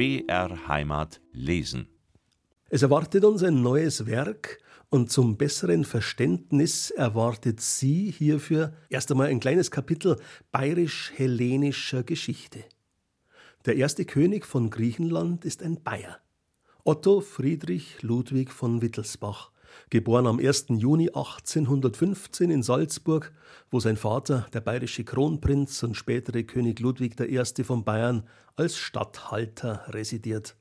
BR Heimat lesen. Es erwartet uns ein neues Werk und zum besseren Verständnis erwartet Sie hierfür erst einmal ein kleines Kapitel bayerisch-hellenischer Geschichte. Der erste König von Griechenland ist ein Bayer. Otto Friedrich Ludwig von Wittelsbach, geboren am 1. Juni 1815 in Salzburg, wo sein Vater, der bayerische Kronprinz und spätere König Ludwig I. von Bayern, als Statthalter residiert.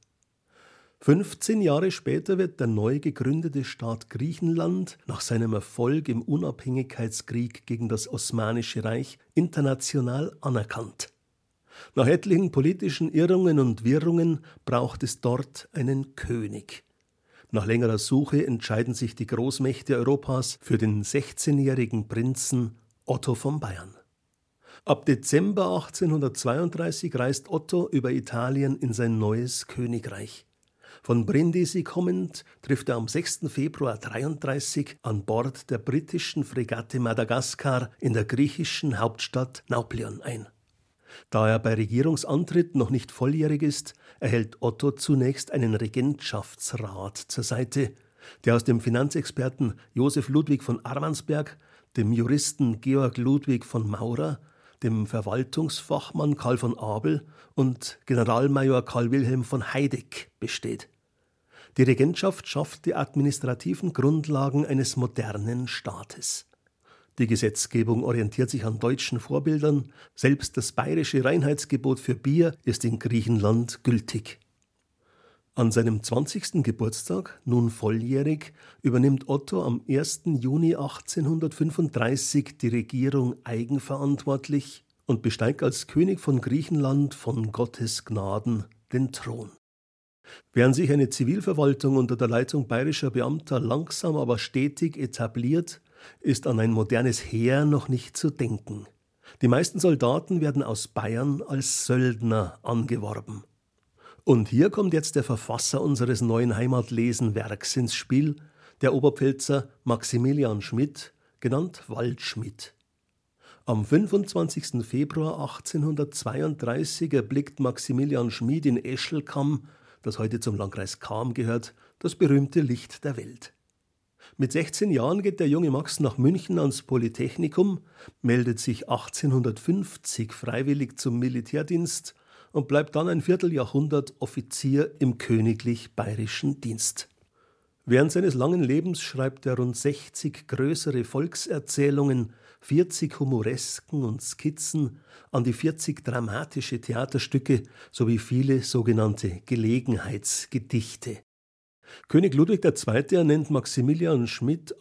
15 Jahre später wird der neu gegründete Staat Griechenland nach seinem Erfolg im Unabhängigkeitskrieg gegen das Osmanische Reich international anerkannt. Nach etlichen politischen Irrungen und Wirrungen braucht es dort einen König. Nach längerer Suche entscheiden sich die Großmächte Europas für den 16-jährigen Prinzen Otto von Bayern. Ab Dezember 1832 reist Otto über Italien in sein neues Königreich. Von Brindisi kommend trifft er am 6. Februar 1833 an Bord der britischen Fregatte Madagaskar in der griechischen Hauptstadt Nauplion ein. Da er bei Regierungsantritt noch nicht volljährig ist, erhält Otto zunächst einen Regentschaftsrat zur Seite, der aus dem Finanzexperten Josef Ludwig von Armansberg, dem Juristen Georg Ludwig von Maurer, dem Verwaltungsfachmann Karl von Abel und Generalmajor Karl Wilhelm von Heideck besteht. Die Regentschaft schafft die administrativen Grundlagen eines modernen Staates. Die Gesetzgebung orientiert sich an deutschen Vorbildern, selbst das bayerische Reinheitsgebot für Bier ist in Griechenland gültig. An seinem 20. Geburtstag, nun volljährig, übernimmt Otto am 1. Juni 1835 die Regierung eigenverantwortlich und besteigt als König von Griechenland von Gottes Gnaden den Thron. Während sich eine Zivilverwaltung unter der Leitung bayerischer Beamter langsam aber stetig etabliert, ist an ein modernes Heer noch nicht zu denken. Die meisten Soldaten werden aus Bayern als Söldner angeworben. Und hier kommt jetzt der Verfasser unseres neuen Heimatlesenwerks ins Spiel, der Oberpfälzer Maximilian Schmid, genannt Waldschmidt. Am 25. Februar 1832 erblickt Maximilian Schmid in Eschelkamm, das heute zum Landkreis Cham gehört, das berühmte Licht der Welt. Mit 16 Jahren geht der junge Max nach München ans Polytechnikum, meldet sich 1850 freiwillig zum Militärdienst und bleibt dann ein Vierteljahrhundert Offizier im königlich bayerischen Dienst. Während seines langen Lebens schreibt er rund 60 größere Volkserzählungen, 40 Humoresken und Skizzen, an die 40 dramatische Theaterstücke sowie viele sogenannte Gelegenheitsgedichte. König Ludwig II. Ernennt Maximilian Schmid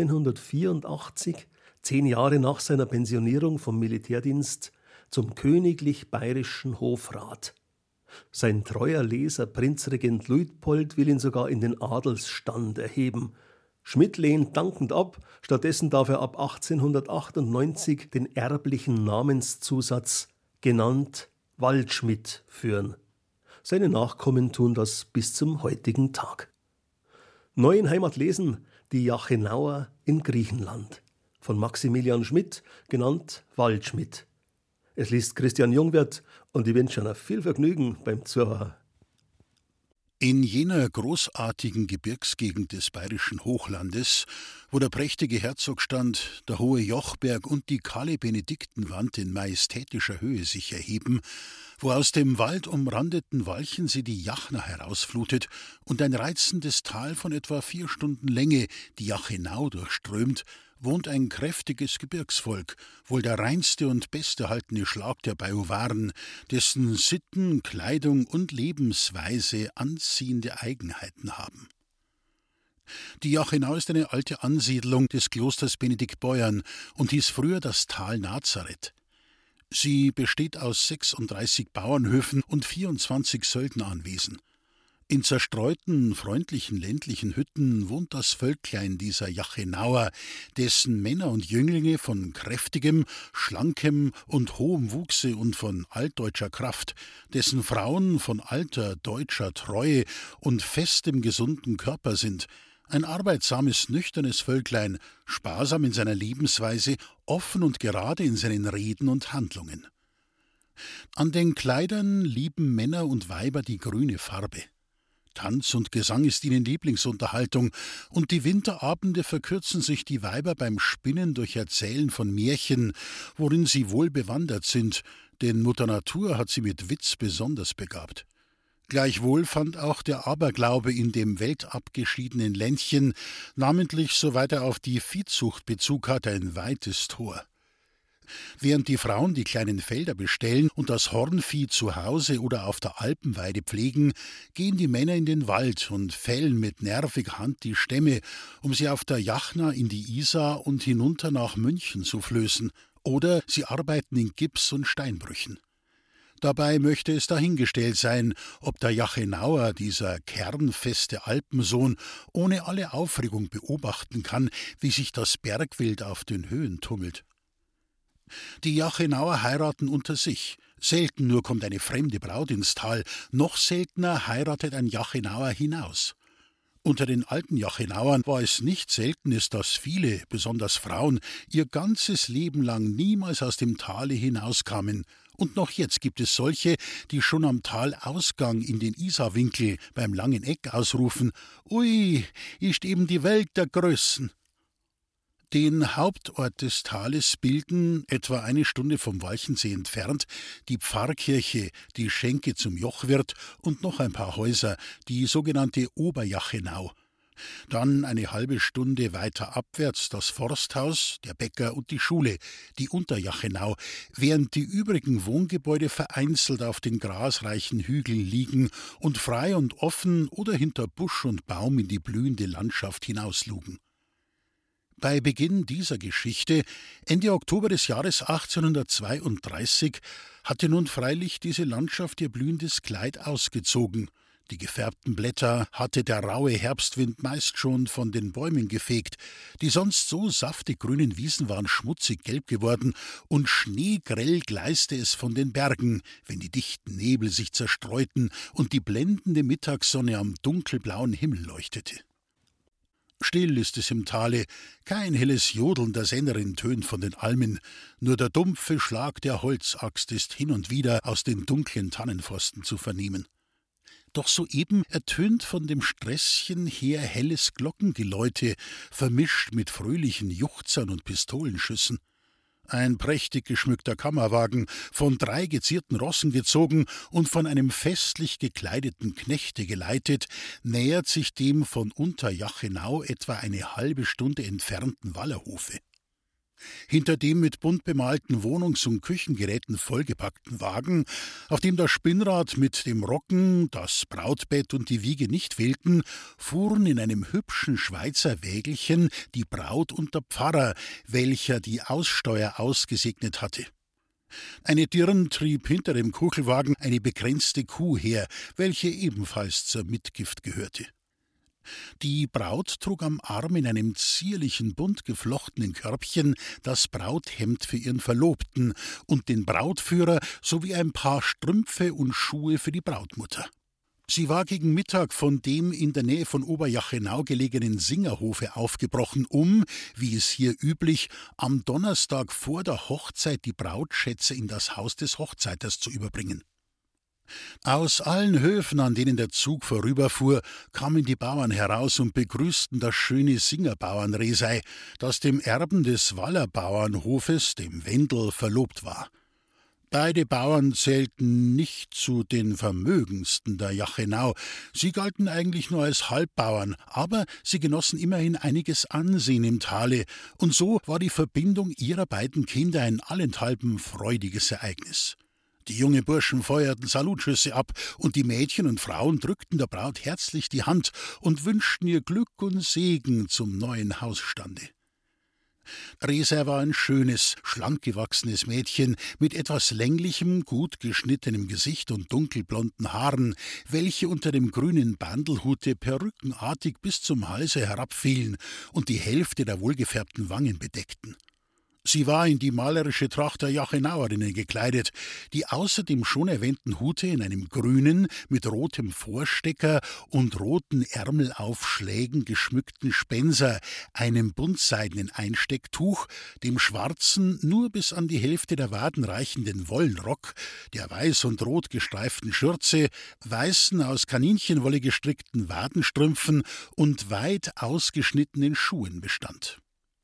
1884, 10 Jahre nach seiner Pensionierung vom Militärdienst, zum königlich bayerischen Hofrat. Sein treuer Leser Prinzregent Luitpold will ihn sogar in den Adelsstand erheben. Schmid lehnt dankend ab, stattdessen darf er ab 1898 den erblichen Namenszusatz, genannt Waldschmidt, führen. Seine Nachkommen tun das bis zum heutigen Tag. Neu in Heimat lesen, die Jachenauer in Griechenland, von Maximilian Schmid, genannt Waldschmidt. Es liest Christian Jungwirth und ich wünsche Ihnen viel Vergnügen beim Zuhören. In jener großartigen Gebirgsgegend des bayerischen Hochlandes, wo der prächtige Herzogstand, der hohe Jochberg und die kahle Benediktenwand in majestätischer Höhe sich erheben, wo aus dem waldumrandeten Walchensee die Jachna herausflutet und ein reizendes Tal von etwa 4 Stunden Länge die Jachenau durchströmt, wohnt ein kräftiges Gebirgsvolk, wohl der reinste und besterhaltene Schlag der Bajuwaren, dessen Sitten, Kleidung und Lebensweise anziehende Eigenheiten haben. Die Jachenau ist eine alte Ansiedlung des Klosters Benediktbeuern und hieß früher das Tal Nazareth. Sie besteht aus 36 Bauernhöfen und 24 Söldneranwesen. In zerstreuten, freundlichen ländlichen Hütten wohnt das Völklein dieser Jachenauer, dessen Männer und Jünglinge von kräftigem, schlankem und hohem Wuchse und von altdeutscher Kraft, dessen Frauen von alter deutscher Treue und festem, gesunden Körper sind, ein arbeitsames, nüchternes Völklein, sparsam in seiner Lebensweise, offen und gerade in seinen Reden und Handlungen. An den Kleidern lieben Männer und Weiber die grüne Farbe. Tanz und Gesang ist ihnen Lieblingsunterhaltung, und die Winterabende verkürzen sich die Weiber beim Spinnen durch Erzählen von Märchen, worin sie wohl bewandert sind, denn Mutter Natur hat sie mit Witz besonders begabt. Gleichwohl fand auch der Aberglaube in dem weltabgeschiedenen Ländchen, namentlich soweit er auf die Viehzucht Bezug hat, ein weites Tor. Während die Frauen die kleinen Felder bestellen und das Hornvieh zu Hause oder auf der Alpenweide pflegen, gehen die Männer in den Wald und fällen mit nerviger Hand die Stämme, um sie auf der Jachna in die Isar und hinunter nach München zu flößen, oder sie arbeiten in Gips und Steinbrüchen. Dabei möchte es dahingestellt sein, ob der Jachenauer, dieser kernfeste Alpensohn, ohne alle Aufregung beobachten kann, wie sich das Bergwild auf den Höhen tummelt. Die Jachenauer heiraten unter sich. Selten nur kommt eine fremde Braut ins Tal, noch seltener heiratet ein Jachenauer hinaus. Unter den alten Jachenauern war es nicht Seltenes, dass viele, besonders Frauen, ihr ganzes Leben lang niemals aus dem Tale hinauskamen. Und noch jetzt gibt es solche, die schon am Talausgang in den Isarwinkel beim Langen Eck ausrufen: »Ui, ist eben die Welt der Größen!« Den Hauptort des Tales bilden, etwa eine Stunde vom Walchensee entfernt, die Pfarrkirche, die Schenke zum Jochwirt und noch ein paar Häuser, die sogenannte Oberjachenau. Dann eine halbe Stunde weiter abwärts das Forsthaus, der Bäcker und die Schule, die Unterjachenau, während die übrigen Wohngebäude vereinzelt auf den grasreichen Hügeln liegen und frei und offen oder hinter Busch und Baum in die blühende Landschaft hinauslugen. Bei Beginn dieser Geschichte, Ende Oktober des Jahres 1832, hatte nun freilich diese Landschaft ihr blühendes Kleid ausgezogen. Die gefärbten Blätter hatte der raue Herbstwind meist schon von den Bäumen gefegt. Die sonst so saftig grünen Wiesen waren schmutzig gelb geworden, und schneegrell gleiste es von den Bergen, wenn die dichten Nebel sich zerstreuten und die blendende Mittagssonne am dunkelblauen Himmel leuchtete. Still ist es im Tale, kein helles Jodeln der Sennerin tönt von den Almen, nur der dumpfe Schlag der Holzaxt ist hin und wieder aus den dunklen Tannenpfosten zu vernehmen. Doch soeben ertönt von dem Strässchen her helles Glockengeläute, vermischt mit fröhlichen Juchzern und Pistolenschüssen. Ein prächtig geschmückter Kammerwagen, von 3 gezierten Rossen gezogen und von einem festlich gekleideten Knechte geleitet, nähert sich dem von Unterjachenau etwa eine halbe Stunde entfernten Wallerhofe. Hinter dem mit bunt bemalten Wohnungs- und Küchengeräten vollgepackten Wagen, auf dem das Spinnrad mit dem Rocken, das Brautbett und die Wiege nicht fehlten, fuhren in einem hübschen Schweizer Wägelchen die Braut und der Pfarrer, welcher die Aussteuer ausgesegnet hatte. Eine Dirn trieb hinter dem Kuchelwagen eine bekränzte Kuh her, welche ebenfalls zur Mitgift gehörte. Die Braut trug am Arm in einem zierlichen, bunt geflochtenen Körbchen das Brauthemd für ihren Verlobten und den Brautführer sowie ein paar Strümpfe und Schuhe für die Brautmutter. Sie war gegen Mittag von dem in der Nähe von Oberjachenau gelegenen Singerhofe aufgebrochen, um, wie es hier üblich, am Donnerstag vor der Hochzeit die Brautschätze in das Haus des Hochzeiters zu überbringen. Aus allen Höfen, an denen der Zug vorüberfuhr, kamen die Bauern heraus und begrüßten das schöne Singerbauernresei, das dem Erben des Wallerbauernhofes, dem Wendel, verlobt war. Beide Bauern zählten nicht zu den vermögendsten der Jachenau. Sie galten eigentlich nur als Halbbauern, aber sie genossen immerhin einiges Ansehen im Tale, und so war die Verbindung ihrer beiden Kinder ein allenthalben freudiges Ereignis. Die jungen Burschen feuerten Salutschüsse ab, und die Mädchen und Frauen drückten der Braut herzlich die Hand und wünschten ihr Glück und Segen zum neuen Hausstande. Resa war ein schönes, schlank gewachsenes Mädchen mit etwas länglichem, gut geschnittenem Gesicht und dunkelblonden Haaren, welche unter dem grünen Bandelhute perückenartig bis zum Halse herabfielen und die Hälfte der wohlgefärbten Wangen bedeckten. Sie war in die malerische Tracht der Jachenauerinnen gekleidet, die außer dem schon erwähnten Hute in einem grünen, mit rotem Vorstecker und roten Ärmelaufschlägen geschmückten Spenser, einem buntseidenen Einstecktuch, dem schwarzen, nur bis an die Hälfte der Waden reichenden Wollenrock, der weiß und rot gestreiften Schürze, weißen, aus Kaninchenwolle gestrickten Wadenstrümpfen und weit ausgeschnittenen Schuhen bestand.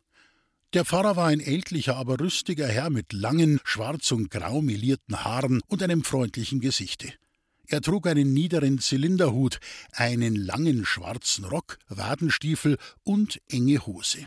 Der Pfarrer war ein ältlicher, aber rüstiger Herr mit langen, schwarz und grau melierten Haaren und einem freundlichen Gesichte. Er trug einen niederen Zylinderhut, einen langen schwarzen Rock, Wadenstiefel und enge Hose.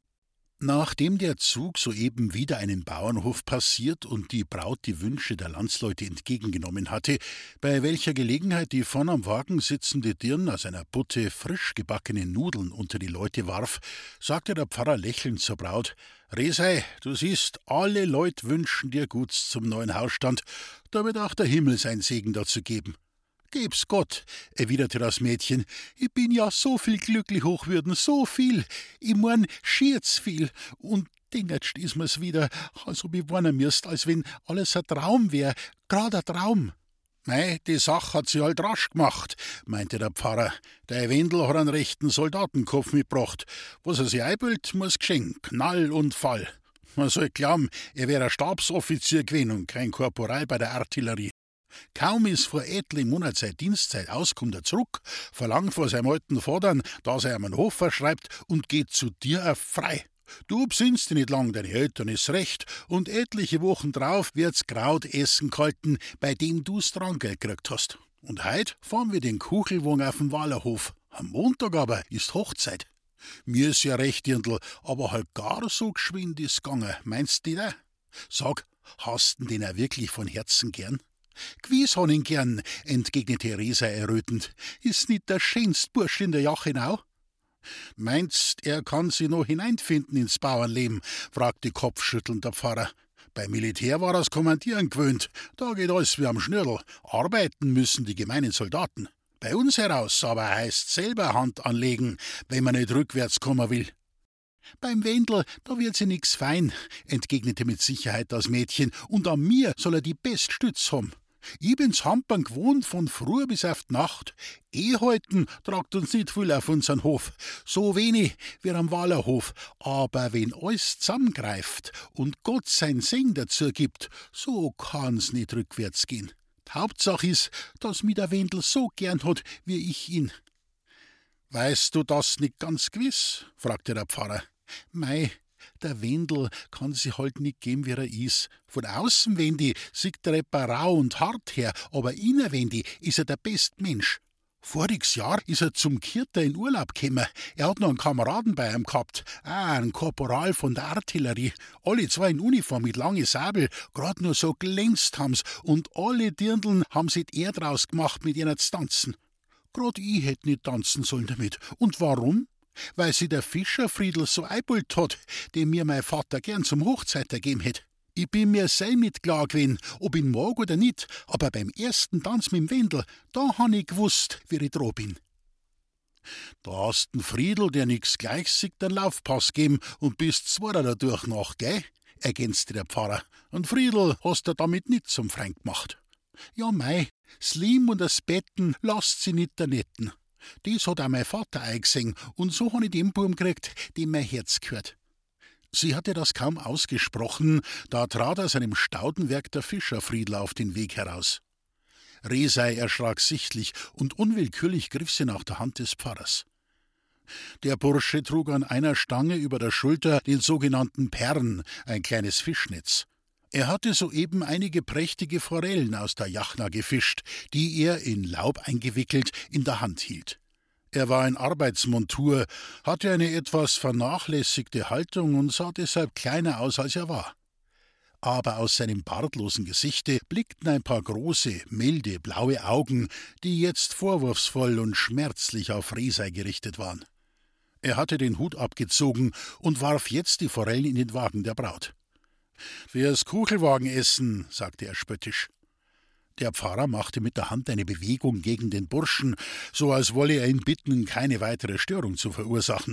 Nachdem der Zug soeben wieder einen Bauernhof passiert und die Braut die Wünsche der Landsleute entgegengenommen hatte, bei welcher Gelegenheit die vorn am Wagen sitzende Dirn aus einer Butte frisch gebackene Nudeln unter die Leute warf, sagte der Pfarrer lächelnd zur Braut: »Resei, du siehst, alle Leute wünschen dir Guts zum neuen Hausstand, da wird auch der Himmel sein Segen dazu geben.« »Geb's Gott«, erwiderte das Mädchen, »ich bin ja so viel glücklich hochwürden, so viel. Ich mein, schiert's viel. Und dengertst is mir's wieder, als ob ich warnen müsst, als wenn alles ein Traum wär, grad ein Traum.« »Mei, die Sach hat sie halt rasch gemacht«, meinte der Pfarrer. »Der Wendel hat einen rechten Soldatenkopf mitgebracht. Was er sich einbildet, muss geschehen, Knall und Fall. Man soll glauben, er wäre ein Stabsoffizier gewesen und kein Korporal bei der Artillerie. Kaum ist vor etlichen Monaten seine Dienstzeit aus, kommt er zurück, verlangt vor seinem alten Vatern, dass er ihm einen Hof verschreibt und geht zu dir auf frei. Du besinnst dich nicht lang, deine Eltern ist recht, und etliche Wochen drauf wird's Krautessen gehalten, bei dem du's Drangeld gekriegt hast. Und heut fahren wir den Kuchelwagen auf den Wallerhof. Am Montag aber ist Hochzeit. Mir ist ja recht, Dirndl, aber halt gar so geschwind ist gegangen, meinst du nicht? Sag, hast du den auch wirklich von Herzen gern? »Gewiss han ihn gern«, entgegnete Resa errötend. »Ist nicht der schönste Bursch in der Jachenau?« »Meinst, er kann sich noch hineinfinden ins Bauernleben?« fragte kopfschüttelnd der Pfarrer. »Beim Militär war er's Kommandieren gewöhnt. Da geht alles wie am Schnürl. Arbeiten müssen die gemeinen Soldaten. Bei uns heraus aber heißt selber Hand anlegen, wenn man nicht rückwärts kommen will.« »Beim Wendel, da wird sie nix fein«, entgegnete mit Sicherheit das Mädchen, »und an mir soll er die best Stütz haben. Ich bin's Hampern gewohnt von früh bis auf die Nacht. Halten tragt uns nicht viel auf unseren Hof, so wenig wie am Wallerhof. Aber wenn alles zusammengreift und Gott sein Segen dazu gibt, so kann's nicht rückwärts gehen. Die Hauptsache ist, dass mich der Wendel so gern hat, wie ich ihn.« »Weißt du das nicht ganz gewiss?« fragte der Pfarrer. »Mei, der Wendel kann sich halt nicht geben, wie er is. Von außen, Wendi, sieht er etwa rau und hart her, aber innen, Wendi, is er der beste Mensch. Voriges Jahr is er zum Kirter in Urlaub gekommen. Er hat noch einen Kameraden bei ihm gehabt, einen Korporal von der Artillerie. Alle zwei in Uniform mit lange Sabel, grad nur so glänzt haben's, und alle Dirndln haben sich die Erde draus gemacht, mit ihnen zu tanzen. Grad ich hätt nicht tanzen sollen damit. Und warum? Weil sie der Fischerfriedl so eingebildet hat, den mir mein Vater gern zum Hochzeit ergeben hätt. Ich bin mir selber nicht klar gewesen, ob ich ihn mag oder nicht, aber beim ersten Tanz mit dem Wendel, da han ich gewusst, wie ich dran bin.« »Da hast den Friedl, der nix gleich sieht, den Laufpass geben und bist zwar dadurch nach, gell?« ergänzte der Pfarrer. »Und Friedl hast du damit nicht zum Freund gemacht.« »Ja, mei, das Leben und das Betten lasst sie nicht der Netten. Das hat auch mein Vater eingesehen, und so han ich den Buben gekriegt, dem mein Herz gehört.« Sie hatte das kaum ausgesprochen, da trat aus einem Staudenwerk der Fischerfriedl auf den Weg heraus. Resei erschrak sichtlich, und unwillkürlich griff sie nach der Hand des Pfarrers. Der Bursche trug an einer Stange über der Schulter den sogenannten Pern, ein kleines Fischnetz. Er hatte soeben einige prächtige Forellen aus der Jachna gefischt, die er, in Laub eingewickelt, in der Hand hielt. Er war in Arbeitsmontur, hatte eine etwas vernachlässigte Haltung und sah deshalb kleiner aus, als er war. Aber aus seinem bartlosen Gesichte blickten ein paar große, milde, blaue Augen, die jetzt vorwurfsvoll und schmerzlich auf Resei gerichtet waren. Er hatte den Hut abgezogen und warf jetzt die Forellen in den Wagen der Braut. »Fürs Kuchelwagenessen«, sagte er spöttisch. Der Pfarrer machte mit der Hand eine Bewegung gegen den Burschen, so als wolle er ihn bitten, keine weitere Störung zu verursachen.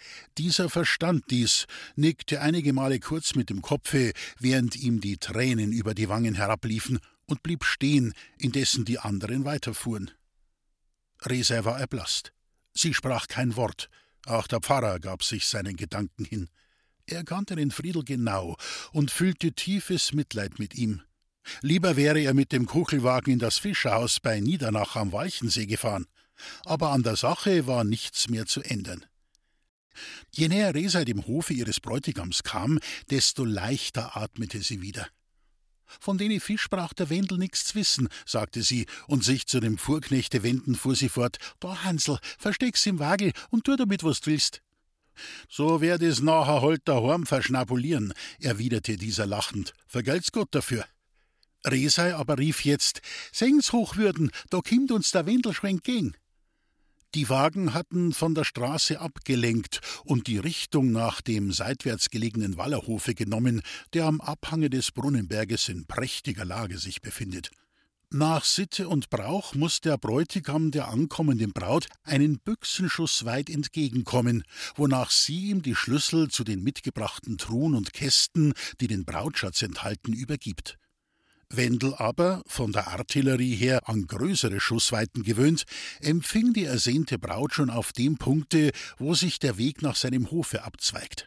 Dieser verstand dies, nickte einige Male kurz mit dem Kopfe, während ihm die Tränen über die Wangen herabliefen, und blieb stehen, indessen die anderen weiterfuhren. Resei war erblasst. Sie sprach kein Wort, auch der Pfarrer gab sich seinen Gedanken hin. Er kannte den Friedel genau und fühlte tiefes Mitleid mit ihm. Lieber wäre er mit dem Kuchelwagen in das Fischerhaus bei Niedernach am Walchensee gefahren. Aber an der Sache war nichts mehr zu ändern. Je näher Resei dem Hofe ihres Bräutigams kam, desto leichter atmete sie wieder. »Von denen Fisch braucht der Wendel nichts zu wissen«, sagte sie, und sich zu dem Fuhrknechte wendend fuhr sie fort. »Da, Hansl, versteck's im Wagel und tu damit, was du willst.« »So werd ich's nachher halt daheim verschnabulieren«, erwiderte dieser lachend. »Vergelt's Gott dafür.« Resei aber rief jetzt: »Sengs, Hochwürden, da kimmt uns der Wendel schon entgegen.« Die Wagen hatten von der Straße abgelenkt und die Richtung nach dem seitwärts gelegenen Wallerhofe genommen, der am Abhange des Brunnenberges in prächtiger Lage sich befindet. Nach Sitte und Brauch muß der Bräutigam der ankommenden Braut einen Büchsenschuss weit entgegenkommen, wonach sie ihm die Schlüssel zu den mitgebrachten Truhen und Kästen, die den Brautschatz enthalten, übergibt. Wendel aber, von der Artillerie her an größere Schussweiten gewöhnt, empfing die ersehnte Braut schon auf dem Punkte, wo sich der Weg nach seinem Hofe abzweigt.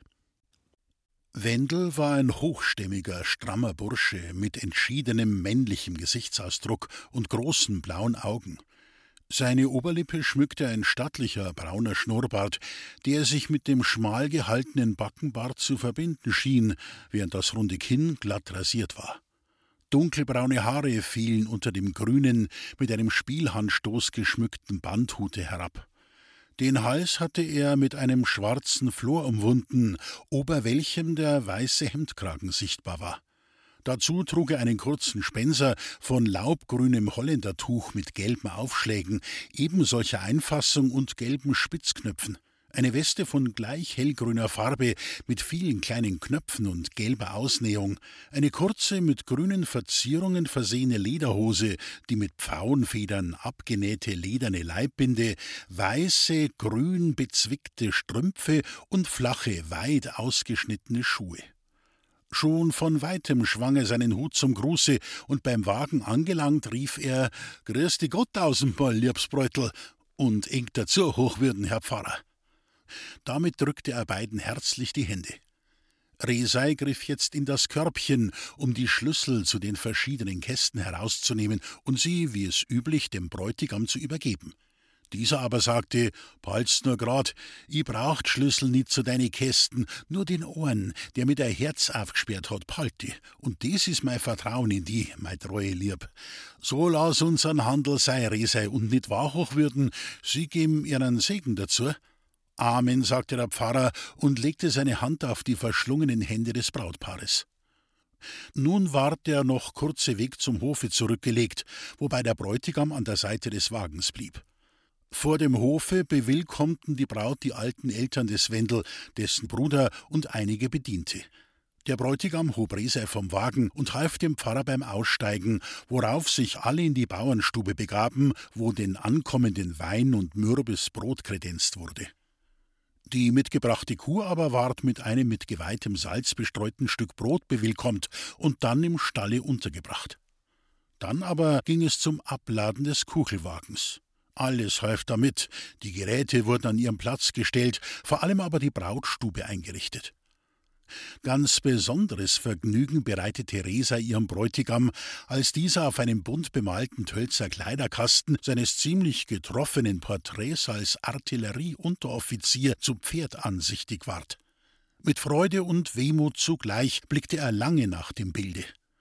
Wendel war ein hochstämmiger, strammer Bursche mit entschiedenem männlichem Gesichtsausdruck und großen blauen Augen. Seine Oberlippe schmückte ein stattlicher brauner Schnurrbart, der sich mit dem schmal gehaltenen Backenbart zu verbinden schien, während das runde Kinn glatt rasiert war. Dunkelbraune Haare fielen unter dem grünen, mit einem Spielhandstoß geschmückten Bandhute herab. Den Hals hatte er mit einem schwarzen Flor umwunden, ober welchem der weiße Hemdkragen sichtbar war. Dazu trug er einen kurzen Spencer von laubgrünem Holländertuch mit gelben Aufschlägen, ebensolcher Einfassung und gelben Spitzknöpfen. Eine Weste von gleich hellgrüner Farbe mit vielen kleinen Knöpfen und gelber Ausnähung, eine kurze mit grünen Verzierungen versehene Lederhose, die mit Pfauenfedern abgenähte lederne Leibbinde, weiße, grün bezwickte Strümpfe und flache, weit ausgeschnittene Schuhe. Schon von weitem schwang er seinen Hut zum Gruße, und beim Wagen angelangt rief er: »Grüß die Gott tausendmal, liebs Bräutl«, und eng dazu, Hochwürden, Herr Pfarrer. Damit drückte er beiden herzlich die Hände. Resei griff jetzt in das Körbchen, um die Schlüssel zu den verschiedenen Kästen herauszunehmen und sie, wie es üblich, dem Bräutigam zu übergeben. Dieser aber sagte: »Behalt's nur grad, ich braucht Schlüssel nicht zu deine Kästen, nur den Ohren, der mit ein Herz aufgesperrt hat, behalte. Und das ist mein Vertrauen in die, mein treue Lieb. So lass unseren Handel sei, Resei, und nicht wahr, Hochwürden, sie geben ihren Segen dazu.« »Amen«, sagte der Pfarrer und legte seine Hand auf die verschlungenen Hände des Brautpaares. Nun ward der noch kurze Weg zum Hofe zurückgelegt, wobei der Bräutigam an der Seite des Wagens blieb. Vor dem Hofe bewillkommten die Braut die alten Eltern des Wendel, dessen Bruder und einige Bediente. Der Bräutigam hob Resei vom Wagen und half dem Pfarrer beim Aussteigen, worauf sich alle in die Bauernstube begaben, wo den ankommenden Wein und mürbes Brot kredenzt wurde. Die mitgebrachte Kuh aber ward mit einem mit geweihtem Salz bestreuten Stück Brot bewillkommt und dann im Stalle untergebracht. Dann aber ging es zum Abladen des Kuchelwagens. Alles half damit, die Geräte wurden an ihren Platz gestellt, vor allem aber die Brautstube eingerichtet. Ganz besonderes Vergnügen bereitete Resei ihrem Bräutigam, als dieser auf einem bunt bemalten Tölzer Kleiderkasten seines ziemlich getroffenen Porträts als Artillerieunteroffizier zu Pferd ansichtig ward. Mit Freude und Wehmut zugleich blickte er lange nach dem Bilde.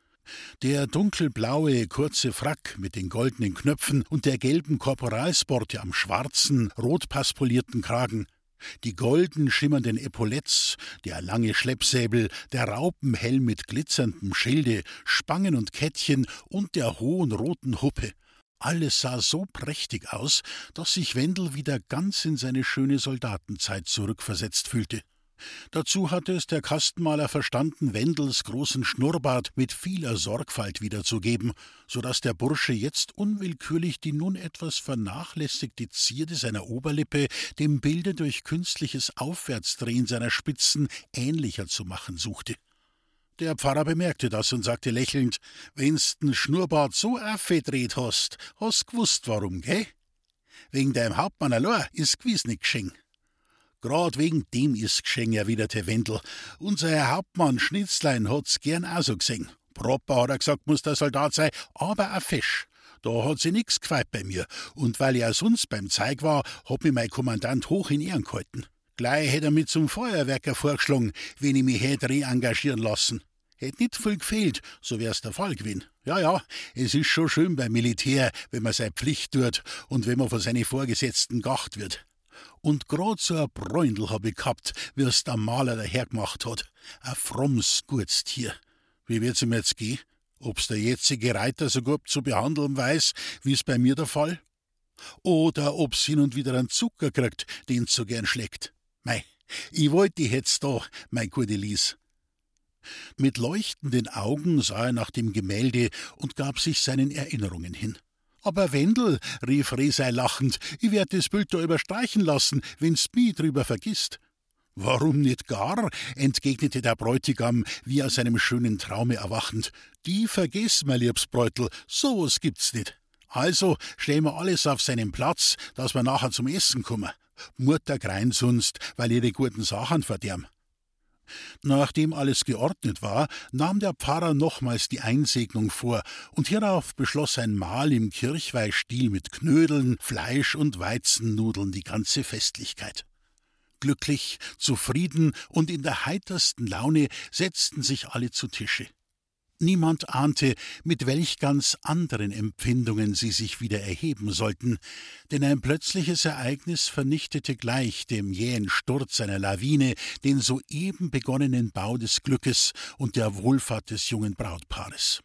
Der dunkelblaue, kurze Frack mit den goldenen Knöpfen und der gelben Korporalsborte am schwarzen, rotpasspolierten Kragen, die golden schimmernden Epauletts, der lange Schleppsäbel, der Raupenhelm mit glitzerndem Schilde, Spangen und Kettchen und der hohen roten Huppe. Alles sah so prächtig aus, dass sich Wendel wieder ganz in seine schöne Soldatenzeit zurückversetzt fühlte. Dazu hatte es der Kastenmaler verstanden, Wendels großen Schnurrbart mit vieler Sorgfalt wiederzugeben, so daß der Bursche jetzt unwillkürlich die nun etwas vernachlässigte Zierde seiner Oberlippe dem Bilde durch künstliches Aufwärtsdrehen seiner Spitzen ähnlicher zu machen suchte. Der Pfarrer bemerkte das und sagte lächelnd: »Wenn's den Schnurrbart so aufgedreht hast gewusst warum, gell? Wegen deinem Hauptmann allein ist gewiss nicht geschehen.« »Grad wegen dem ist's geschehen«, erwiderte Wendel. »Unser Herr Hauptmann Schnitzlein hat's gern auch so gesehen. Proper, hat er gesagt, muss der Soldat sein, aber auch fesch. Da hat sie nix gefeit bei mir. Und weil ich auch sonst beim Zeig war, hat mich mein Kommandant hoch in Ehren gehalten. Gleich hätt er mich zum Feuerwerker vorgeschlagen, wenn ich mich hätt re-engagieren lassen. Hätt nicht viel gefehlt, so wär's der Fall gewesen. Ja, es ist schon schön beim Militär, wenn man seine Pflicht tut und wenn man von seinen Vorgesetzten geacht wird. Und grad so ein Bräundl hab ich gehabt, wie es der Maler dahergemacht hat. Ein frommes, gutes Tier. Wie wird's ihm jetzt gehen? Ob's der jetzige Reiter so gut zu behandeln weiß, wie's bei mir der Fall? Oder ob's hin und wieder einen Zucker kriegt, den's so gern schlägt. Mei, ich wollt die hätt's da, mein gute Lies. Mit leuchtenden Augen sah er nach dem Gemälde und gab sich seinen Erinnerungen hin. »Aber Wendel«, rief Resei lachend, »ich werd das Bild da überstreichen lassen, wenn's mi drüber vergisst.« »Warum nicht gar?«, entgegnete der Bräutigam, wie aus einem schönen Traume erwachend. »Die vergiss, mein liebs Bräutl, so was gibt's nicht. Also stellen wir alles auf seinen Platz, dass wir nachher zum Essen kommen. Mutter greint sonst, weil ihre guten Sachen verderben.« Nachdem alles geordnet war, nahm der Pfarrer nochmals die Einsegnung vor, und hierauf beschloss ein Mahl im Kirchweihstil mit Knödeln, Fleisch und Weizennudeln die ganze Festlichkeit. Glücklich, zufrieden und in der heitersten Laune setzten sich alle zu Tische. Niemand ahnte, mit welch ganz anderen Empfindungen sie sich wieder erheben sollten, denn ein plötzliches Ereignis vernichtete gleich dem jähen Sturz einer Lawine den soeben begonnenen Bau des Glückes und der Wohlfahrt des jungen Brautpaares.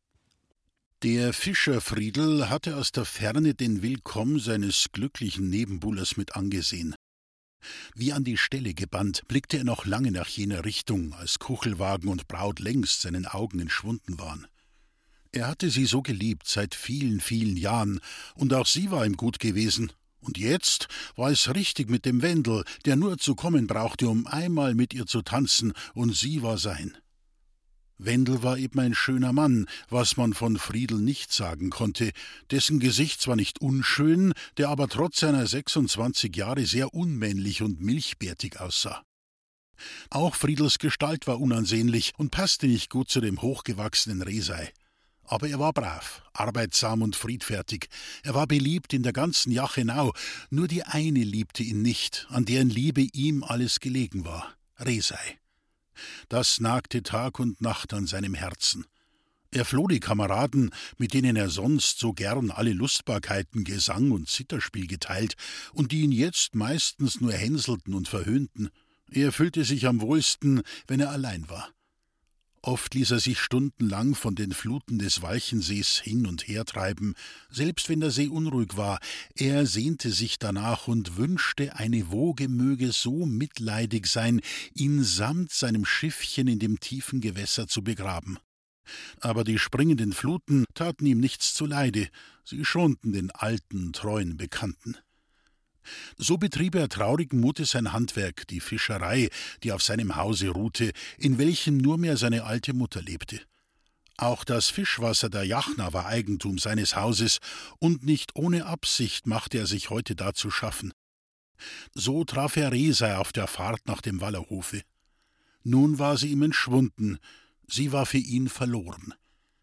Der Fischer Friedel hatte aus der Ferne den Willkomm seines glücklichen Nebenbuhlers mit angesehen. Wie an die Stelle gebannt, blickte er noch lange nach jener Richtung, als Kuchelwagen und Braut längst seinen Augen entschwunden waren. Er hatte sie so geliebt seit vielen, vielen Jahren, und auch sie war ihm gut gewesen. Und jetzt war es richtig mit dem Wendel, der nur zu kommen brauchte, um einmal mit ihr zu tanzen, und sie war sein. Wendel war eben ein schöner Mann, was man von Friedel nicht sagen konnte, dessen Gesicht zwar nicht unschön, der aber trotz seiner 26 Jahre sehr unmännlich und milchbärtig aussah. Auch Friedels Gestalt war unansehnlich und passte nicht gut zu dem hochgewachsenen Resei. Aber er war brav, arbeitsam und friedfertig. Er war beliebt in der ganzen Jachenau, nur die eine liebte ihn nicht, an deren Liebe ihm alles gelegen war: Resei. Das nagte Tag und Nacht an seinem Herzen. Er floh die Kameraden, mit denen er sonst so gern alle Lustbarkeiten, Gesang und Zitherspiel geteilt und die ihn jetzt meistens nur hänselten und verhöhnten. Er fühlte sich am wohlsten, wenn er allein war. Oft ließ er sich stundenlang von den Fluten des Walchensees hin und her treiben, selbst wenn der See unruhig war. Er sehnte sich danach und wünschte, eine Woge möge so mitleidig sein, ihn samt seinem Schiffchen in dem tiefen Gewässer zu begraben. Aber die springenden Fluten taten ihm nichts zuleide, sie schonten den alten, treuen Bekannten. So betrieb er traurigen Mutes sein Handwerk, die Fischerei, die auf seinem Hause ruhte, in welchem nur mehr seine alte Mutter lebte. Auch das Fischwasser der Jachna war Eigentum seines Hauses, und nicht ohne Absicht machte er sich heute da zu schaffen. So traf er Resei auf der Fahrt nach dem Wallerhofe. Nun war sie ihm entschwunden, sie war für ihn verloren.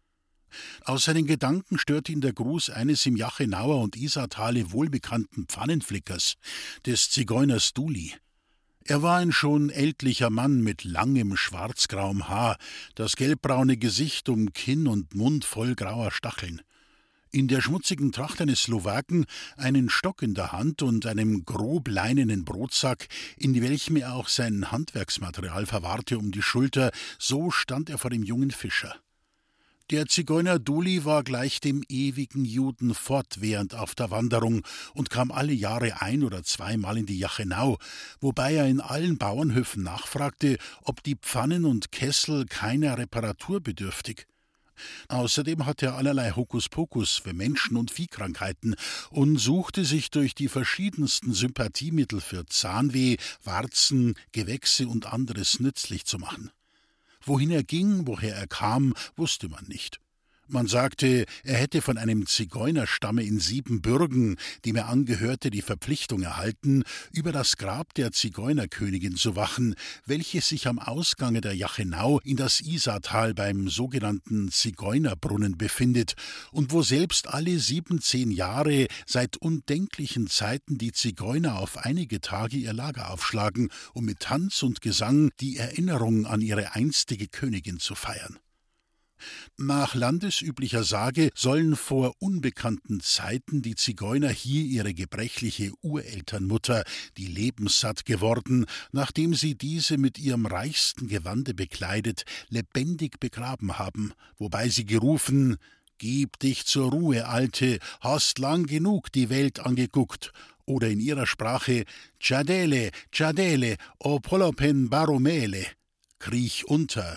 Aus seinen Gedanken störte ihn der Gruß eines im Jachenauer und Isartale wohlbekannten Pfannenflickers, des Zigeuners Duli. Er war ein schon ältlicher Mann mit langem schwarzgrauem Haar, das gelbbraune Gesicht um Kinn und Mund voll grauer Stacheln. In der schmutzigen Tracht eines Slowaken, einen Stock in der Hand und einem grob leinenen Brotsack, in welchem er auch sein Handwerksmaterial verwahrte, um die Schulter, so stand er vor dem jungen Fischer. Der Zigeuner Duli war gleich dem ewigen Juden fortwährend auf der Wanderung und kam alle Jahre 1- oder zweimal in die Jachenau, wobei er in allen Bauernhöfen nachfragte, ob die Pfannen und Kessel keiner Reparatur bedürftig. Außerdem hatte er allerlei Hokuspokus für Menschen- und Viehkrankheiten und suchte sich durch die verschiedensten Sympathiemittel für Zahnweh, Warzen, Gewächse und anderes nützlich zu machen. Wohin er ging, woher er kam, wusste man nicht. Man sagte, er hätte von einem Zigeunerstamme in Siebenbürgen, dem er angehörte, die Verpflichtung erhalten, über das Grab der Zigeunerkönigin zu wachen, welches sich am Ausgange der Jachenau in das Isartal beim sogenannten Zigeunerbrunnen befindet und wo selbst alle 17 Jahre seit undenklichen Zeiten die Zigeuner auf einige Tage ihr Lager aufschlagen, um mit Tanz und Gesang die Erinnerung an ihre einstige Königin zu feiern. Nach landesüblicher Sage sollen vor unbekannten Zeiten die Zigeuner hier ihre gebrechliche Urelternmutter, die lebenssatt geworden, nachdem sie diese mit ihrem reichsten Gewande bekleidet, lebendig begraben haben, wobei sie gerufen: »Gib dich zur Ruhe, Alte, hast lang genug die Welt angeguckt«, oder in ihrer Sprache »Tschadele, Tschadele, o Polopen Baromele«, »Kriech unter,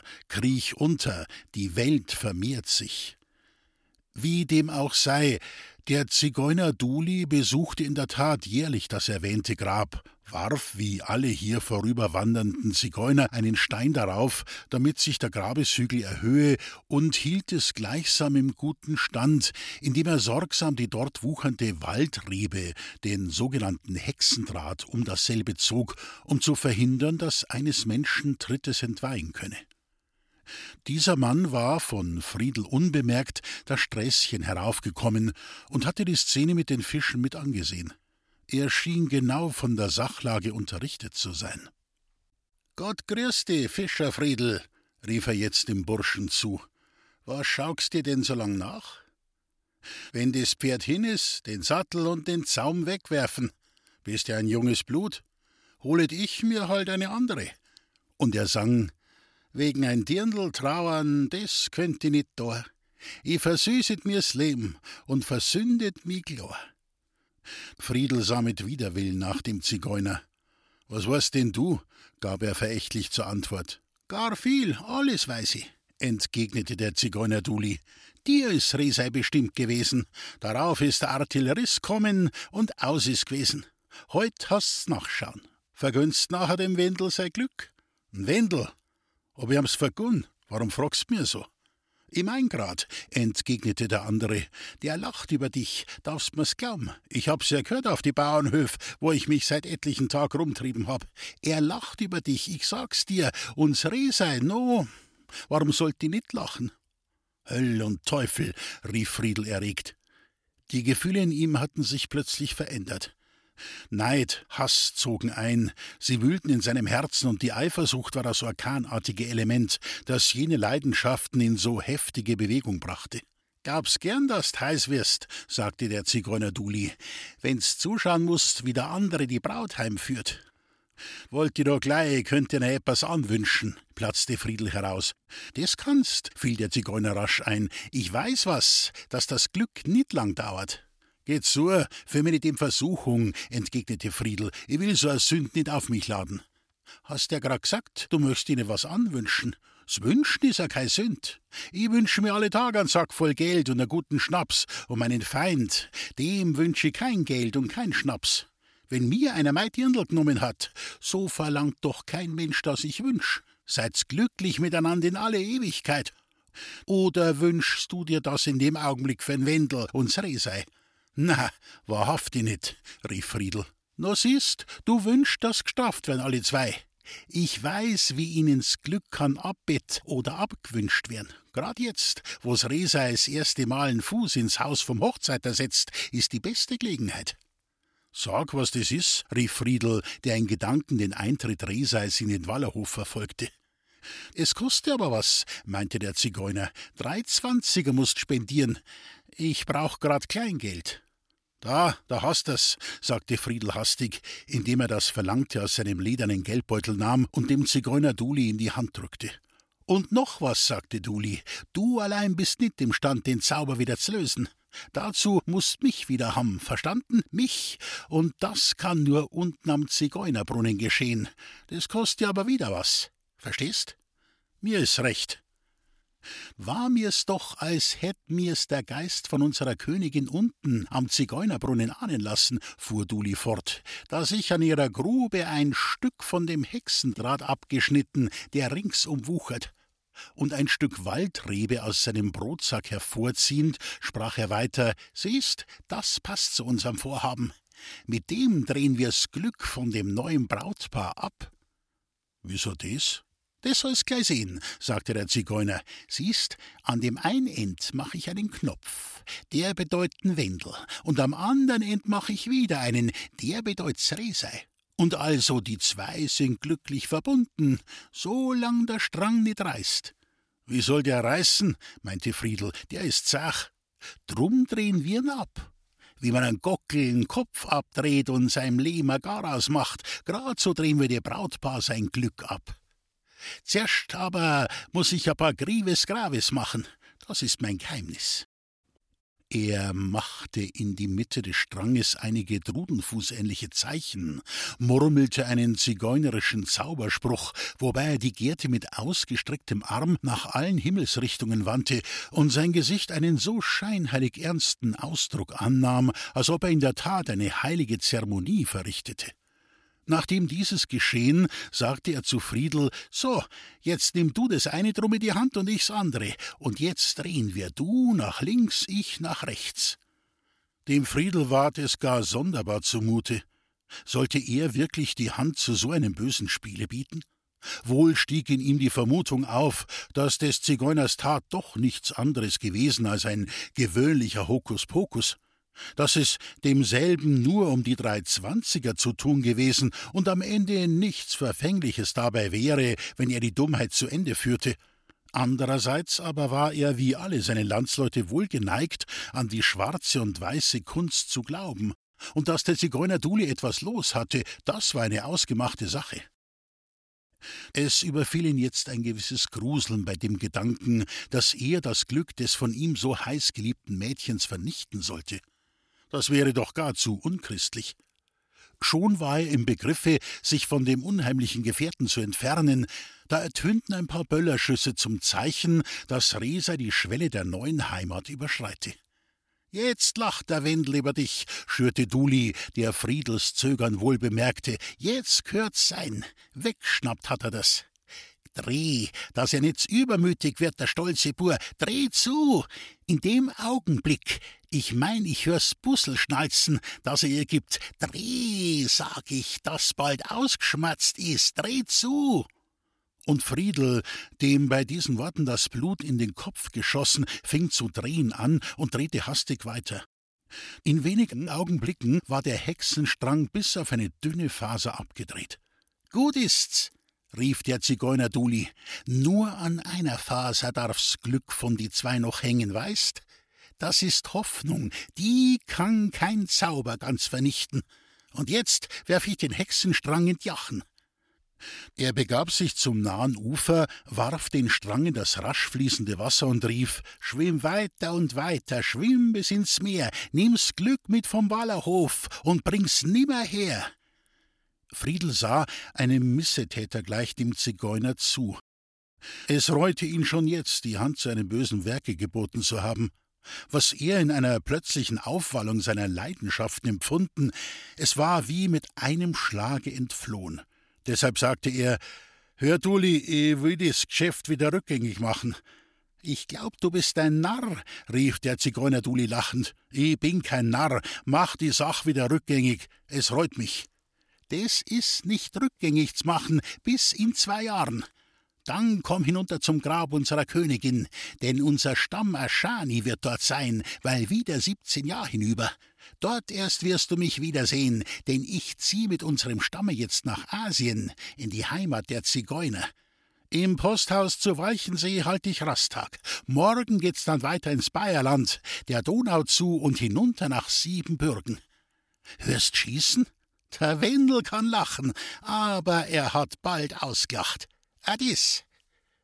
die Welt vermehrt sich.« Wie dem auch sei, der Zigeuner Duli besuchte in der Tat jährlich das erwähnte Grab, warf wie alle hier vorüberwandernden Zigeuner einen Stein darauf, damit sich der Grabeshügel erhöhe, und hielt es gleichsam im guten Stand, indem er sorgsam die dort wuchernde Waldrebe, den sogenannten Hexendraht, um dasselbe zog, um zu verhindern, dass eines Menschen Trittes entweihen könne. Dieser Mann war, von Friedel unbemerkt, das Sträßchen heraufgekommen und hatte die Szene mit den Fischen mit angesehen. Er schien genau von der Sachlage unterrichtet zu sein. »Gott grüß dich, Fischer Friedel«, rief er jetzt dem Burschen zu. »Was schaukst dir denn so lang nach?« »Wenn das Pferd hin ist, den Sattel und den Zaum wegwerfen. Bist ja ein junges Blut. Holet ich mir halt eine andere.« Und er sang: »Wegen ein Dirndl trauern, das könnt ich nit da. Ich versüßet mir's Leben und versündet mi Glor.« Friedel sah mit Widerwillen nach dem Zigeuner. »Was weißt denn du?« gab er verächtlich zur Antwort. »Gar viel, alles weiß ich«, entgegnete der Zigeuner Duli. »Dir ist Resei bestimmt gewesen. Darauf ist der Artillerist kommen und aus ist gewesen. Heut hast's nachschauen. Vergönnst nachher dem Wendel sein Glück?« »N Wendel? Ob ich am's vergunn? Warum fragst mir so?« »Ich mein grad«, entgegnete der andere, »der lacht über dich, darfst mir's glauben. Ich hab's ja gehört auf die Bauernhöf, wo ich mich seit etlichen Tag rumtrieben hab. Er lacht über dich, ich sag's dir, uns Resei, no, warum sollt die nit lachen?« »Höll und Teufel«, rief Friedel erregt. Die Gefühle in ihm hatten sich plötzlich verändert. Neid, Hass zogen ein, sie wühlten in seinem Herzen, und die Eifersucht war das orkanartige Element, das jene Leidenschaften in so heftige Bewegung brachte. »Gab's gern, dass d' heiß wirst«, sagte der Zigeuner Duli, »wenn's zuschauen mußt, wie der andere die Braut heimführt.« »Wollt ihr doch gleich, könnt ihr noch etwas anwünschen«, platzte Friedel heraus. »Das kannst«, fiel der Zigeuner rasch ein, »ich weiß was, dass das Glück nit lang dauert.« »Geht so, für mich nicht in Versuchung«, entgegnete Friedel, »ich will so a Sünd nicht auf mich laden.« »Hast ja grad gesagt, du möchtest ihnen was anwünschen. Das Wünschen ist ja kein Sünd. Ich wünsche mir alle Tage einen Sack voll Geld und einen guten Schnaps, und meinen Feind, dem wünsche ich kein Geld und kein Schnaps. Wenn mir einer mein Dirndl genommen hat, so verlangt doch kein Mensch, dass ich wünsch. Seid's glücklich miteinander in alle Ewigkeit. Oder wünschst du dir das in dem Augenblick für ein Wendel und Resei?« »Na, wahrhaftig nit«, rief Friedel. »No siehst, du wünschst, dass gestraft werden alle zwei. Ich weiß, wie ihnen's Glück kann abbett oder abgewünscht werden. Grad jetzt, wo's Resei das erste Mal einen Fuß ins Haus vom Hochzeiter setzt, ist die beste Gelegenheit.« »Sag, was das ist«, rief Friedel, der in Gedanken den Eintritt Reseis in den Wallerhof verfolgte. »Es kostet aber was«, meinte der Zigeuner. »3,20er musst spendieren. Ich brauch grad Kleingeld.« »Da hast er's«, sagte Friedel hastig, indem er das Verlangte aus seinem ledernen Geldbeutel nahm und dem Zigeuner Duli in die Hand drückte. Und noch was, sagte Duli, du allein bist nicht imstand, den Zauber wieder zu lösen. Dazu mußt mich wieder haben, verstanden? Mich. Und das kann nur unten am Zigeunerbrunnen geschehen. Das kostet ja aber wieder was. Verstehst? Mir ist recht. War mir's doch, als hätt mir's der Geist von unserer Königin unten am Zigeunerbrunnen ahnen lassen, fuhr Duli fort, da sich an ihrer Grube ein Stück von dem Hexendraht abgeschnitten, der rings umwuchert. Und ein Stück Waldrebe aus seinem Brotsack hervorziehend, sprach er weiter, siehst, das passt zu unserem Vorhaben. Mit dem drehen wir's Glück von dem neuen Brautpaar ab. Wieso das? Das soll's gleich sehen, sagte der Zigeuner. Siehst, an dem einen End mache ich einen Knopf, der bedeutet n Wendel, und am anderen End mache ich wieder einen, der bedeut's Resei. Und also die zwei sind glücklich verbunden, solang der Strang nicht reißt. Wie soll der reißen? Meinte Friedel, der ist zach. Drum drehen wir'n ab. Wie man einen Gockel den Kopf abdreht und seinem Lehm ein Garaus macht, grad so drehen wir der Brautpaar sein Glück ab. Zuerst aber muß ich ein paar Grives Gravis machen. Das ist mein Geheimnis. Er machte in die Mitte des Stranges einige drudenfußähnliche Zeichen, murmelte einen zigeunerischen Zauberspruch, wobei er die Gerte mit ausgestrecktem Arm nach allen Himmelsrichtungen wandte und sein Gesicht einen so scheinheilig ernsten Ausdruck annahm, als ob er in der Tat eine heilige Zeremonie verrichtete. Nachdem dieses geschehen, sagte er zu Friedel, »So, jetzt nimm du das eine drum in die Hand und ich's andere, und jetzt drehen wir, du nach links, ich nach rechts.« Dem Friedel ward es gar sonderbar zumute. Sollte er wirklich die Hand zu so einem bösen Spiele bieten? Wohl stieg in ihm die Vermutung auf, dass des Zigeuners Tat doch nichts anderes gewesen als ein gewöhnlicher Hokuspokus, dass es demselben nur um die 320er zu tun gewesen und am Ende nichts Verfängliches dabei wäre, wenn er die Dummheit zu Ende führte. Andererseits aber war er wie alle seine Landsleute wohl geneigt, an die schwarze und weiße Kunst zu glauben, und dass der Zigeuner Duli etwas los hatte, das war eine ausgemachte Sache. Es überfiel ihn jetzt ein gewisses Gruseln bei dem Gedanken, dass er das Glück des von ihm so heiß geliebten Mädchens vernichten sollte. Das wäre doch gar zu unchristlich. Schon war er im Begriffe, sich von dem unheimlichen Gefährten zu entfernen, da ertönten ein paar Böllerschüsse zum Zeichen, dass Resei die Schwelle der neuen Heimat überschreite. »Jetzt lacht der Wendel über dich«, schürte Duli, der Friedels Zögern wohl bemerkte. »Jetzt gehört's sein. Wegschnappt hat er das. Dreh, dass er nicht übermütig wird, der stolze Bur. Dreh zu! In dem Augenblick, ich hör's Bussel schnalzen, das er ihr gibt. Dreh, sag ich, das bald ausgeschmatzt ist. Dreh zu!« Und Friedel, dem bei diesen Worten das Blut in den Kopf geschossen, fing zu drehen an und drehte hastig weiter. In wenigen Augenblicken war der Hexenstrang bis auf eine dünne Faser abgedreht. »Gut ist's«, rief der Zigeuner Duli, »nur an einer Faser darf's Glück von die zwei noch hängen, weißt? Das ist Hoffnung, die kann kein Zauber ganz vernichten. Und jetzt werf ich den Hexenstrang in die Jachen.« Er begab sich zum nahen Ufer, warf den Strang in das rasch fließende Wasser und rief, »Schwimm weiter und weiter, schwimm bis ins Meer, nimm's Glück mit vom Wallerhof und bring's nimmer her.« Friedel sah einem Missetäter gleich dem Zigeuner zu. Es reute ihn schon jetzt, die Hand zu einem bösen Werke geboten zu haben. Was er in einer plötzlichen Aufwallung seiner Leidenschaften empfunden, es war wie mit einem Schlage entflohen. Deshalb sagte er, »Hör, Duli, ich will das Geschäft wieder rückgängig machen.« »Ich glaub, du bist ein Narr«, rief der Zigeuner Duli lachend. »Ich bin kein Narr, mach die Sach wieder rückgängig, es reut mich.« »Das ist nicht rückgängig zu machen, bis in 2 Jahren. Dann komm hinunter zum Grab unserer Königin, denn unser Stamm Aschani wird dort sein, weil wieder 17 Jahre hinüber. Dort erst wirst du mich wiedersehen, denn ich zieh mit unserem Stamme jetzt nach Asien, in die Heimat der Zigeuner. Im Posthaus zu Walchensee halt ich Rasttag. Morgen geht's dann weiter ins Bayerland, der Donau zu und hinunter nach Siebenbürgen. Hörst schießen? Der Wendel kann lachen, aber er hat bald ausgelacht. Adis.«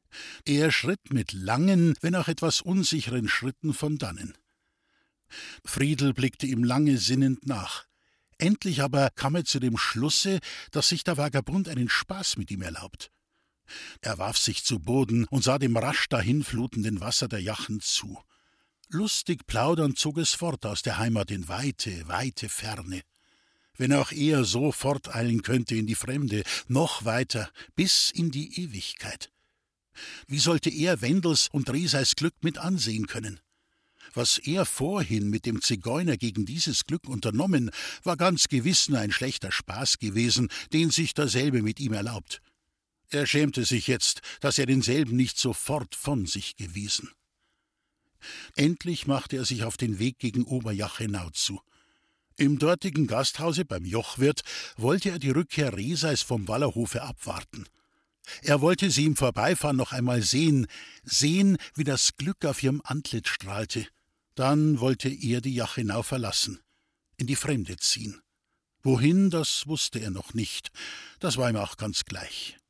Er schritt mit langen, wenn auch etwas unsicheren Schritten von dannen. Friedel blickte ihm lange sinnend nach. Endlich aber kam er zu dem Schlusse, dass sich der Vagabund einen Spaß mit ihm erlaubt. Er warf sich zu Boden und sah dem rasch dahinflutenden Wasser der Jachen zu. Lustig plaudernd zog es fort aus der Heimat in weite, weite Ferne. Wenn auch er so forteilen könnte in die Fremde, noch weiter, bis in die Ewigkeit. Wie sollte er Wendels und Reseis Glück mit ansehen können? Was er vorhin mit dem Zigeuner gegen dieses Glück unternommen, war ganz gewiss nur ein schlechter Spaß gewesen, den sich derselbe mit ihm erlaubt. Er schämte sich jetzt, dass er denselben nicht sofort von sich gewiesen. Endlich machte er sich auf den Weg gegen Oberjachenau zu. Im dortigen Gasthause beim Jochwirt wollte er die Rückkehr Reseis vom Wallerhofe abwarten. Er wollte sie im Vorbeifahren noch einmal sehen, wie das Glück auf ihrem Antlitz strahlte. Dann wollte er die Jachenau verlassen, in die Fremde ziehen. Wohin, das wusste er noch nicht, das war ihm auch ganz gleich.